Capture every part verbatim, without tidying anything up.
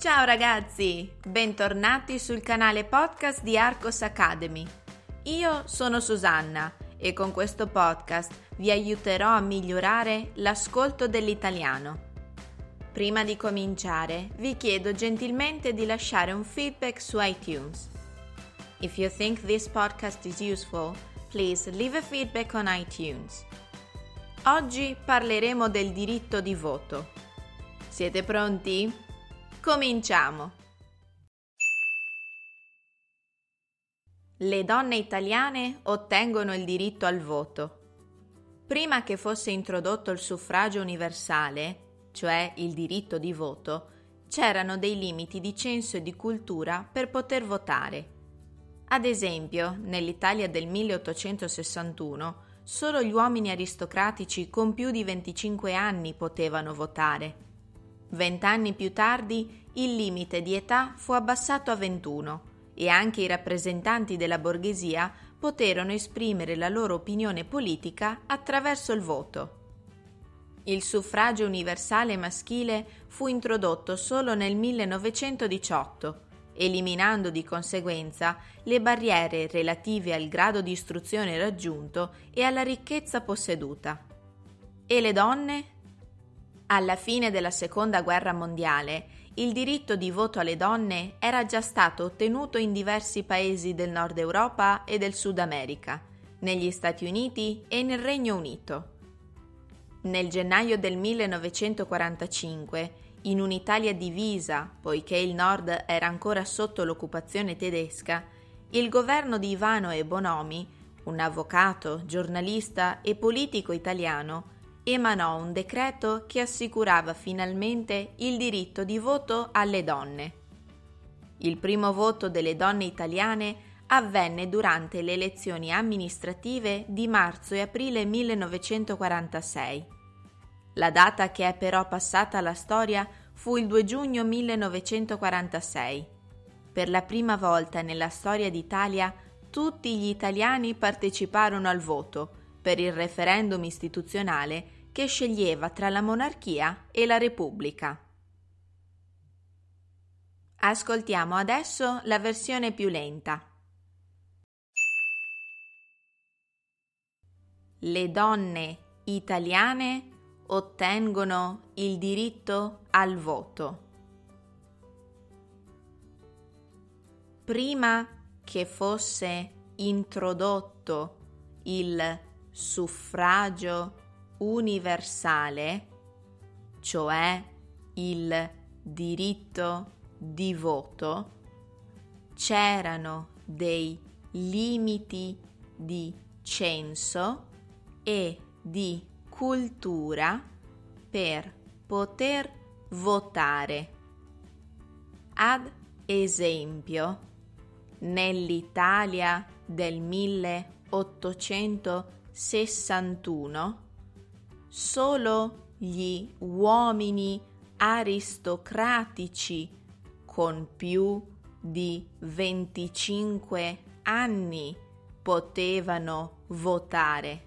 Ciao ragazzi, bentornati sul canale podcast di Arcos Academy. Io sono Susanna e con questo podcast vi aiuterò a migliorare l'ascolto dell'italiano. Prima di cominciare, vi chiedo gentilmente di lasciare un feedback su iTunes. If you think this podcast is useful, please leave a feedback on iTunes. Oggi parleremo del diritto di voto. Siete pronti? Cominciamo! Le donne italiane ottengono il diritto al voto. Prima che fosse introdotto il suffragio universale, cioè il diritto di voto, c'erano dei limiti di censo e di cultura per poter votare. Ad esempio, nell'Italia del milleottocentosessantuno, solo gli uomini aristocratici con più di venticinque anni potevano votare. Vent'anni più tardi il limite di età fu abbassato a ventuno e anche i rappresentanti della borghesia poterono esprimere la loro opinione politica attraverso il voto. Il suffragio universale maschile fu introdotto solo nel millenovecentodiciotto, eliminando di conseguenza le barriere relative al grado di istruzione raggiunto e alla ricchezza posseduta. E le donne? Alla fine della Seconda Guerra Mondiale, il diritto di voto alle donne era già stato ottenuto in diversi paesi del Nord Europa e del Sud America, negli Stati Uniti e nel Regno Unito. Nel gennaio del millenovecentoquarantacinque, in un'Italia divisa, poiché il Nord era ancora sotto l'occupazione tedesca, il governo di Ivano e Bonomi, un avvocato, giornalista e politico italiano, emanò un decreto che assicurava finalmente il diritto di voto alle donne. Il primo voto delle donne italiane avvenne durante le elezioni amministrative di marzo e aprile millenovecentoquarantasei. La data che è però passata alla storia fu il due giugno millenovecentoquarantasei. Per la prima volta nella storia d'Italia tutti gli italiani parteciparono al voto per il referendum istituzionale che sceglieva tra la monarchia e la repubblica. Ascoltiamo adesso la versione più lenta. Le donne italiane ottengono il diritto al voto. Prima che fosse introdotto il suffragio universale, cioè il diritto di voto, c'erano dei limiti di censo e di cultura per poter votare. Ad esempio, nell'Italia del milleottocentosessantuno solo gli uomini aristocratici con più di venticinque anni potevano votare.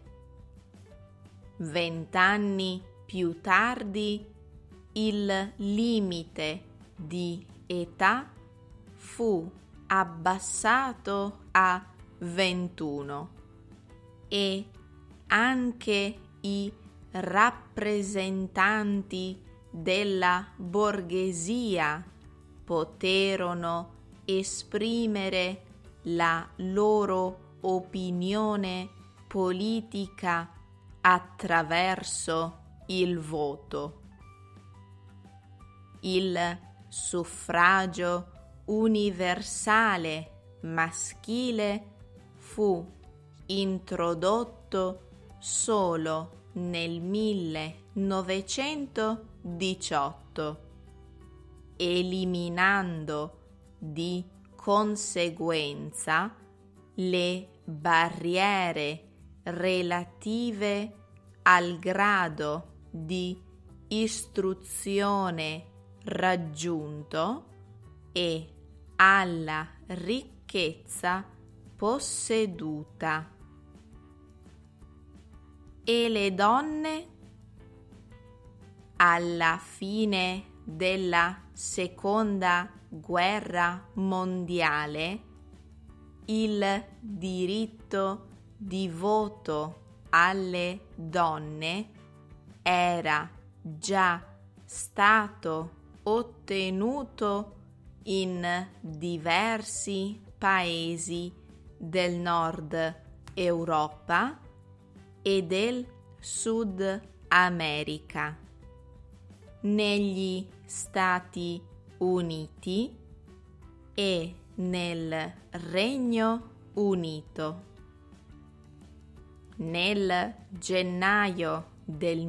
Vent'anni più tardi il limite di età fu abbassato a ventuno e anche i rappresentanti della borghesia poterono esprimere la loro opinione politica attraverso il voto. Il suffragio universale maschile fu introdotto solo nel millenovecentodiciotto, eliminando di conseguenza le barriere relative al grado di istruzione raggiunto e alla ricchezza posseduta. E le donne? Alla fine della Seconda Guerra Mondiale il diritto di voto alle donne era già stato ottenuto in diversi paesi del Nord Europa e del Sud America, negli Stati Uniti e nel Regno Unito. Nel gennaio del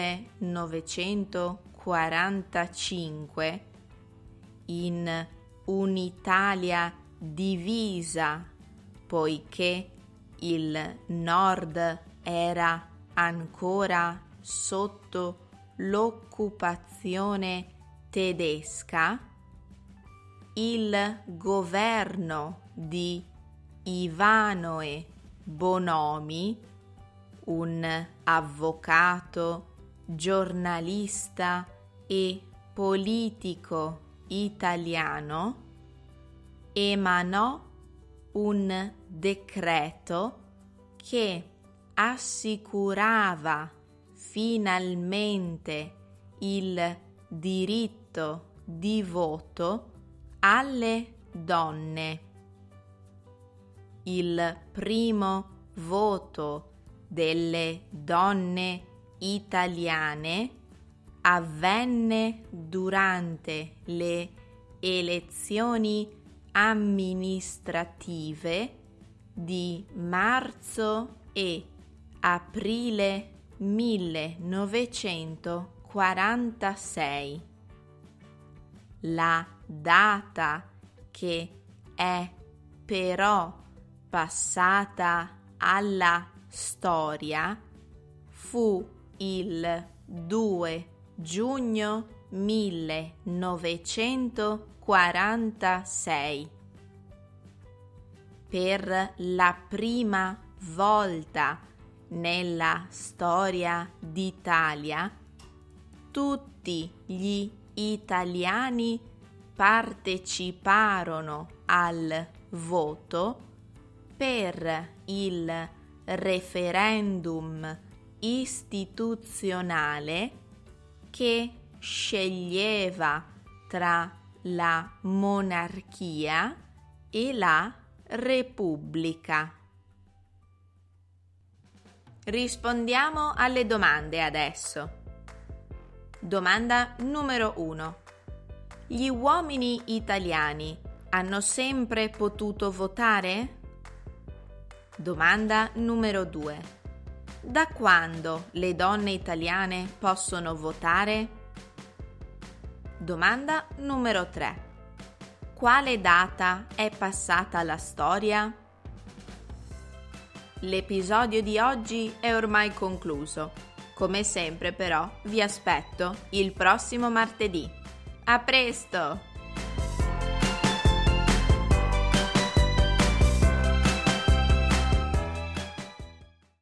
millenovecentoquarantacinque, in un'Italia divisa, poiché il Nord era ancora sotto l'occupazione tedesca, il governo di Ivanoe Bonomi, un avvocato, giornalista e politico italiano, emanò un decreto che assicurava finalmente il diritto di voto alle donne. Il primo voto delle donne italiane avvenne durante le elezioni amministrative di marzo e aprile millenovecentoquarantasei. La data che è però passata alla storia fu il due giugno millenovecentoquarantasei. Per la prima volta nella storia d'Italia, tutti gli italiani parteciparono al voto per il referendum istituzionale che sceglieva tra la monarchia e la repubblica. Rispondiamo alle domande adesso. Domanda numero uno. Gli uomini italiani hanno sempre potuto votare? Domanda numero due. Da quando le donne italiane possono votare? Domanda numero tre. Quale data è passata alla storia? L'episodio di oggi è ormai concluso. Come sempre però vi aspetto il prossimo martedì. A presto!